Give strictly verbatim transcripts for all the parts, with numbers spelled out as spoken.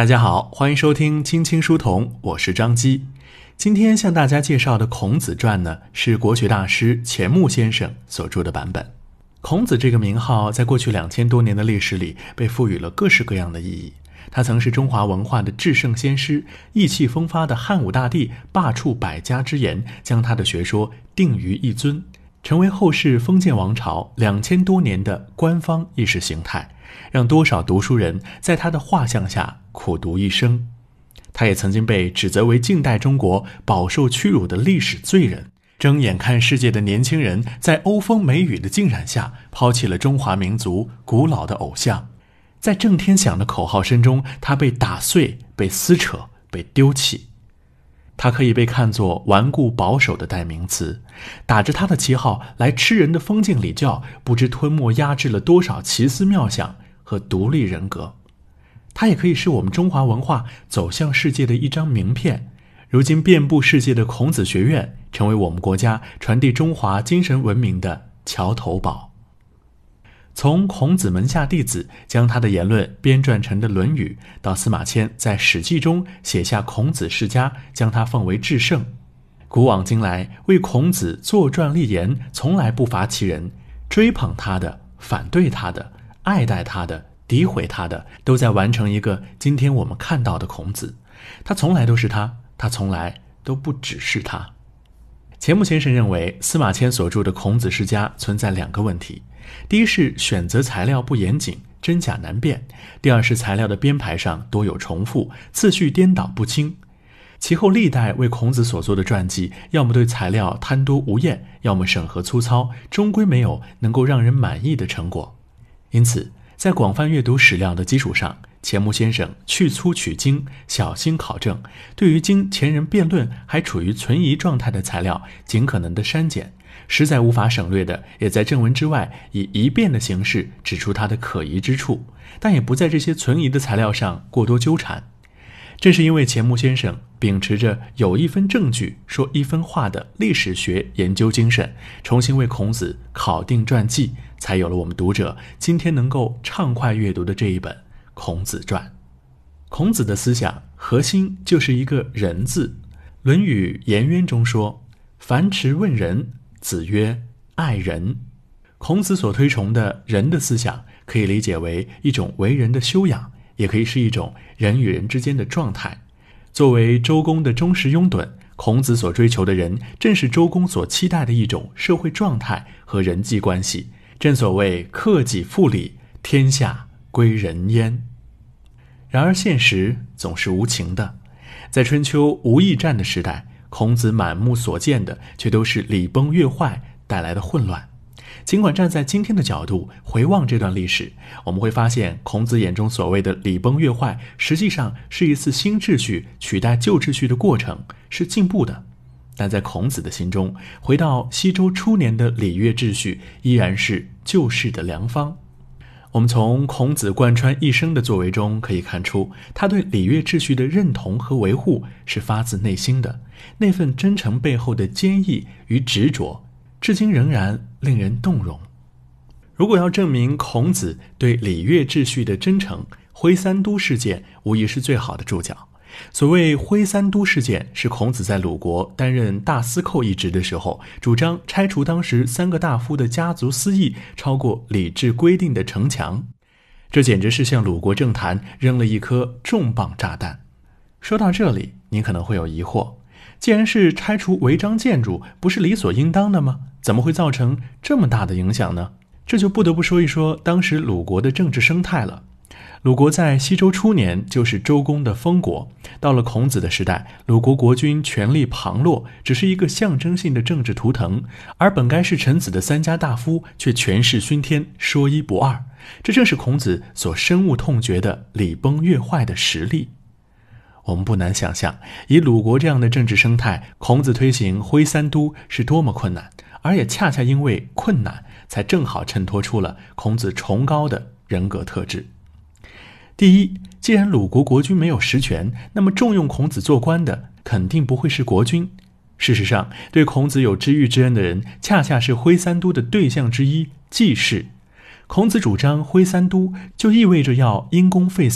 大家好，欢迎收听青青书童，我是张基。今天向大家介绍的《孔子传》呢，是国学大师钱穆先生所著的版本。孔子这个名号在过去两千多年的历史里被赋予了各式各样的意义。他曾是中华文化的至圣先师，意气风发的汉武大帝罢黜百家之言，将他的学说定于一尊，成为后世封建王朝两千多年的官方意识形态，让多少读书人在他的画像下苦读一生。他也曾经被指责为近代中国饱受屈辱的历史罪人，睁眼看世界的年轻人在欧风美雨的浸染下抛弃了中华民族古老的偶像。在震天响的口号声中，他被打碎，被撕扯，被丢弃。他可以被看作顽固保守的代名词，打着他的旗号来吃人的封建礼教，不知吞没压制了多少奇思妙想和独立人格。它也可以是我们中华文化走向世界的一张名片。如今遍布世界的孔子学院，成为我们国家传递中华精神文明的桥头堡。从孔子门下弟子将他的言论编撰成的《论语》，到司马迁在《史记》中写下孔子世家，将他奉为至圣。古往今来，为孔子作传立言，从来不乏其人，追捧他的、反对他的、爱戴他的、诋毁他的，都在完成一个今天我们看到的孔子。他从来都是他，他从来都不只是他。钱穆先生认为，司马迁所著的孔子世家存在两个问题。第一是选择材料不严谨，真假难辨；第二是材料的编排上多有重复，次序颠倒不清。其后历代为孔子所做的传记，要么对材料贪多无厌，要么审核粗糙，终归没有能够让人满意的成果。因此在广泛阅读史料的基础上，钱穆先生去粗取精，小心考证，对于经前人辩论还处于存疑状态的材料，尽可能的删减，实在无法省略的，也在正文之外以一辩的形式指出它的可疑之处，但也不在这些存疑的材料上过多纠缠。正是因为钱穆先生秉持着有一分证据说一分话的历史学研究精神，重新为孔子考定传记，才有了我们读者今天能够畅快阅读的这一本《孔子传》。孔子的思想核心就是一个人字。《论语颜渊》中说：“樊迟问仁，子曰：爱人。”孔子所推崇的人的思想，可以理解为一种为人的修养，也可以是一种人与人之间的状态。作为周公的忠实拥趸，孔子所追求的人，正是周公所期待的一种社会状态和人际关系。正所谓克己复礼，天下归仁焉。然而现实总是无情的，在春秋无义战的时代，孔子满目所见的却都是礼崩乐坏带来的混乱。尽管站在今天的角度回望这段历史，我们会发现孔子眼中所谓的礼崩乐坏，实际上是一次新秩序取代旧秩序的过程，是进步的。但在孔子的心中，回到西周初年的礼乐秩序依然是救世的良方。我们从孔子贯穿一生的作为中可以看出，他对礼乐秩序的认同和维护是发自内心的，那份真诚背后的坚毅与执着，至今仍然令人动容。如果要证明孔子对礼乐秩序的真诚，徽三都事件无疑是最好的注脚。所谓徽三都事件，是孔子在鲁国担任大司寇一职的时候，主张拆除当时三个大夫的家族私议超过礼制规定的城墙。这简直是向鲁国政坛扔了一颗重磅炸弹。说到这里，你可能会有疑惑，既然是拆除违章建筑，不是理所应当的吗？怎么会造成这么大的影响呢？这就不得不说一说当时鲁国的政治生态了。鲁国在西周初年就是周公的封国，到了孔子的时代，鲁国国君权力旁落，只是一个象征性的政治图腾，而本该是臣子的三家大夫却权势熏天，说一不二。这正是孔子所深恶痛绝的礼崩乐坏的实例。我们不难想象，以鲁国这样的政治生态，孔子推行徽三都是多么困难，而也恰恰因为困难，才正好衬托出了孔子崇高的人格特质。第一，既然鲁国国君没有实权，那么重用孔子做官的肯定不会是国君。事实上，对孔子有知遇之恩的人，恰恰是徽三都的对象之一——季氏。孔子主张徽三都，就意味着要因公废私，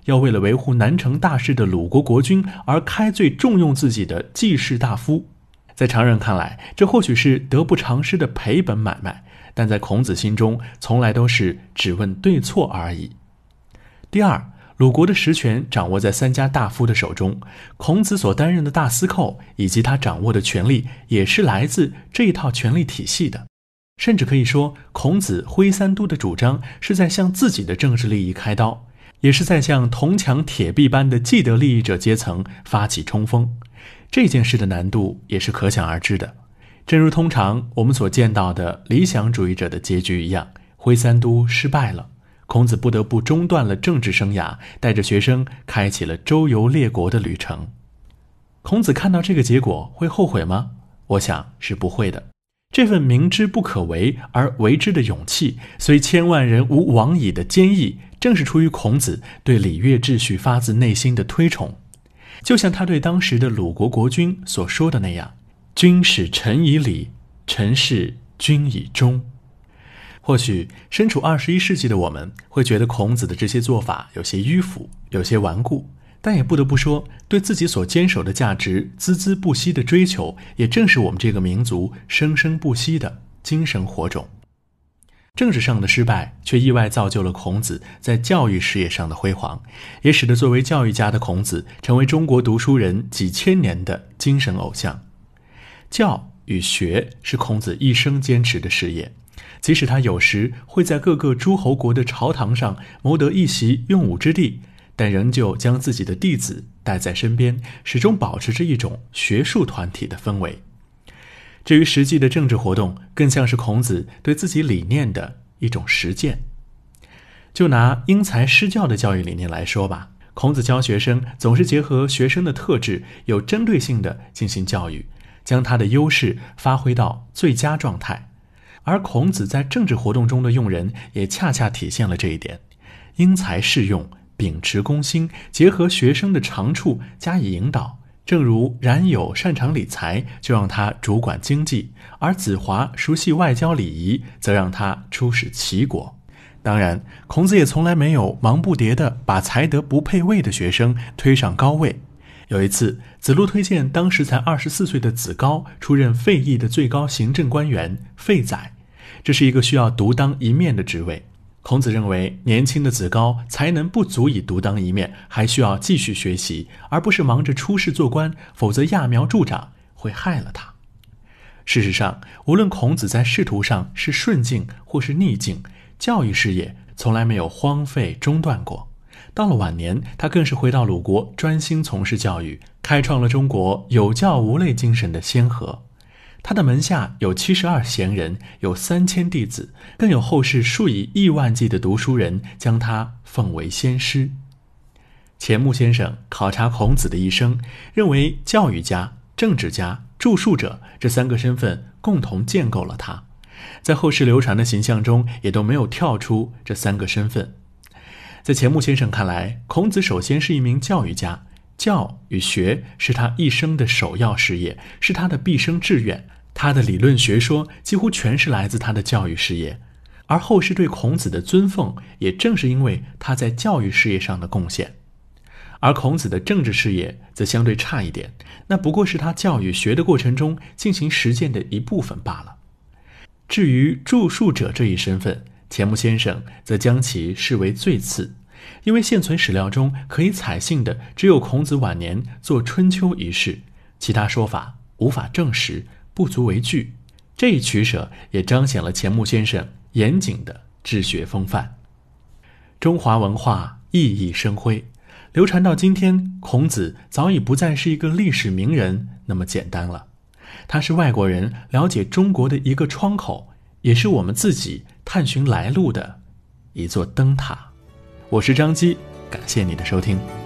要为了维护南城大事的鲁国国君而开罪重用自己的季氏大夫。在常人看来，这或许是得不偿失的赔本买卖，但在孔子心中从来都是只问对错而已。第二，鲁国的实权掌握在三家大夫的手中，孔子所担任的大司寇以及他掌握的权力也是来自这一套权力体系的。甚至可以说，孔子挥三都的主张是在向自己的政治利益开刀，也是在向铜墙铁壁般的既得利益者阶层发起冲锋。这件事的难度也是可想而知的。正如通常我们所见到的理想主义者的结局一样，挥三都失败了，孔子不得不中断了政治生涯，带着学生开启了周游列国的旅程。孔子看到这个结果会后悔吗？我想是不会的。这份明知不可为而为之的勇气，虽千万人无往矣的坚毅，正是出于孔子对礼乐秩序发自内心的推崇。就像他对当时的鲁国国君所说的那样，君使臣以礼，臣事君以忠。或许身处二十一世纪的我们会觉得孔子的这些做法有些迂腐，有些顽固，但也不得不说，对自己所坚守的价值孜孜不息的追求，也正是我们这个民族生生不息的精神火种。政治上的失败却意外造就了孔子在教育事业上的辉煌，也使得作为教育家的孔子成为中国读书人几千年的精神偶像。教与学是孔子一生坚持的事业，即使他有时会在各个诸侯国的朝堂上谋得一席用武之地，但仍旧将自己的弟子带在身边，始终保持着一种学术团体的氛围。至于实际的政治活动，更像是孔子对自己理念的一种实践。就拿因材施教的教育理念来说吧，孔子教学生总是结合学生的特质，有针对性地进行教育，将他的优势发挥到最佳状态。而孔子在政治活动中的用人，也恰恰体现了这一点，因材施用，秉持公心，结合学生的长处加以引导。正如冉有擅长理财，就让他主管经济，而子华熟悉外交礼仪，则让他出使齐国。当然，孔子也从来没有忙不迭地把才德不配位的学生推上高位。有一次，子路推荐当时才二十四岁的子高出任费邑的最高行政官员费宰，这是一个需要独当一面的职位。孔子认为年轻的子高才能不足以独当一面，还需要继续学习，而不是忙着出仕做官，否则揠苗助长会害了他。事实上，无论孔子在仕途上是顺境或是逆境，教育事业从来没有荒废中断过。到了晚年，他更是回到鲁国专心从事教育，开创了中国有教无类精神的先河。他的门下有七十二贤人，有三千弟子，更有后世数以亿万计的读书人将他奉为先师。钱穆先生考察孔子的一生，认为教育家、政治家、著述者这三个身份共同建构了他，在后世流传的形象中也都没有跳出这三个身份。在钱穆先生看来，孔子首先是一名教育家，教与学是他一生的首要事业，是他的毕生志愿，他的理论学说几乎全是来自他的教育事业。而后世对孔子的尊奉，也正是因为他在教育事业上的贡献。而孔子的政治事业则相对差一点，那不过是他教育学的过程中进行实践的一部分罢了。至于著述者这一身份，钱穆先生则将其视为最次，因为现存史料中可以采信的只有孔子晚年做春秋一事，其他说法无法证实，不足为据。这一取舍也彰显了钱穆先生严谨的治学风范。中华文化熠熠生辉，流传到今天，孔子早已不再是一个历史名人那么简单了，他是外国人了解中国的一个窗口，也是我们自己探寻来路的一座灯塔。我是张基，感谢你的收听。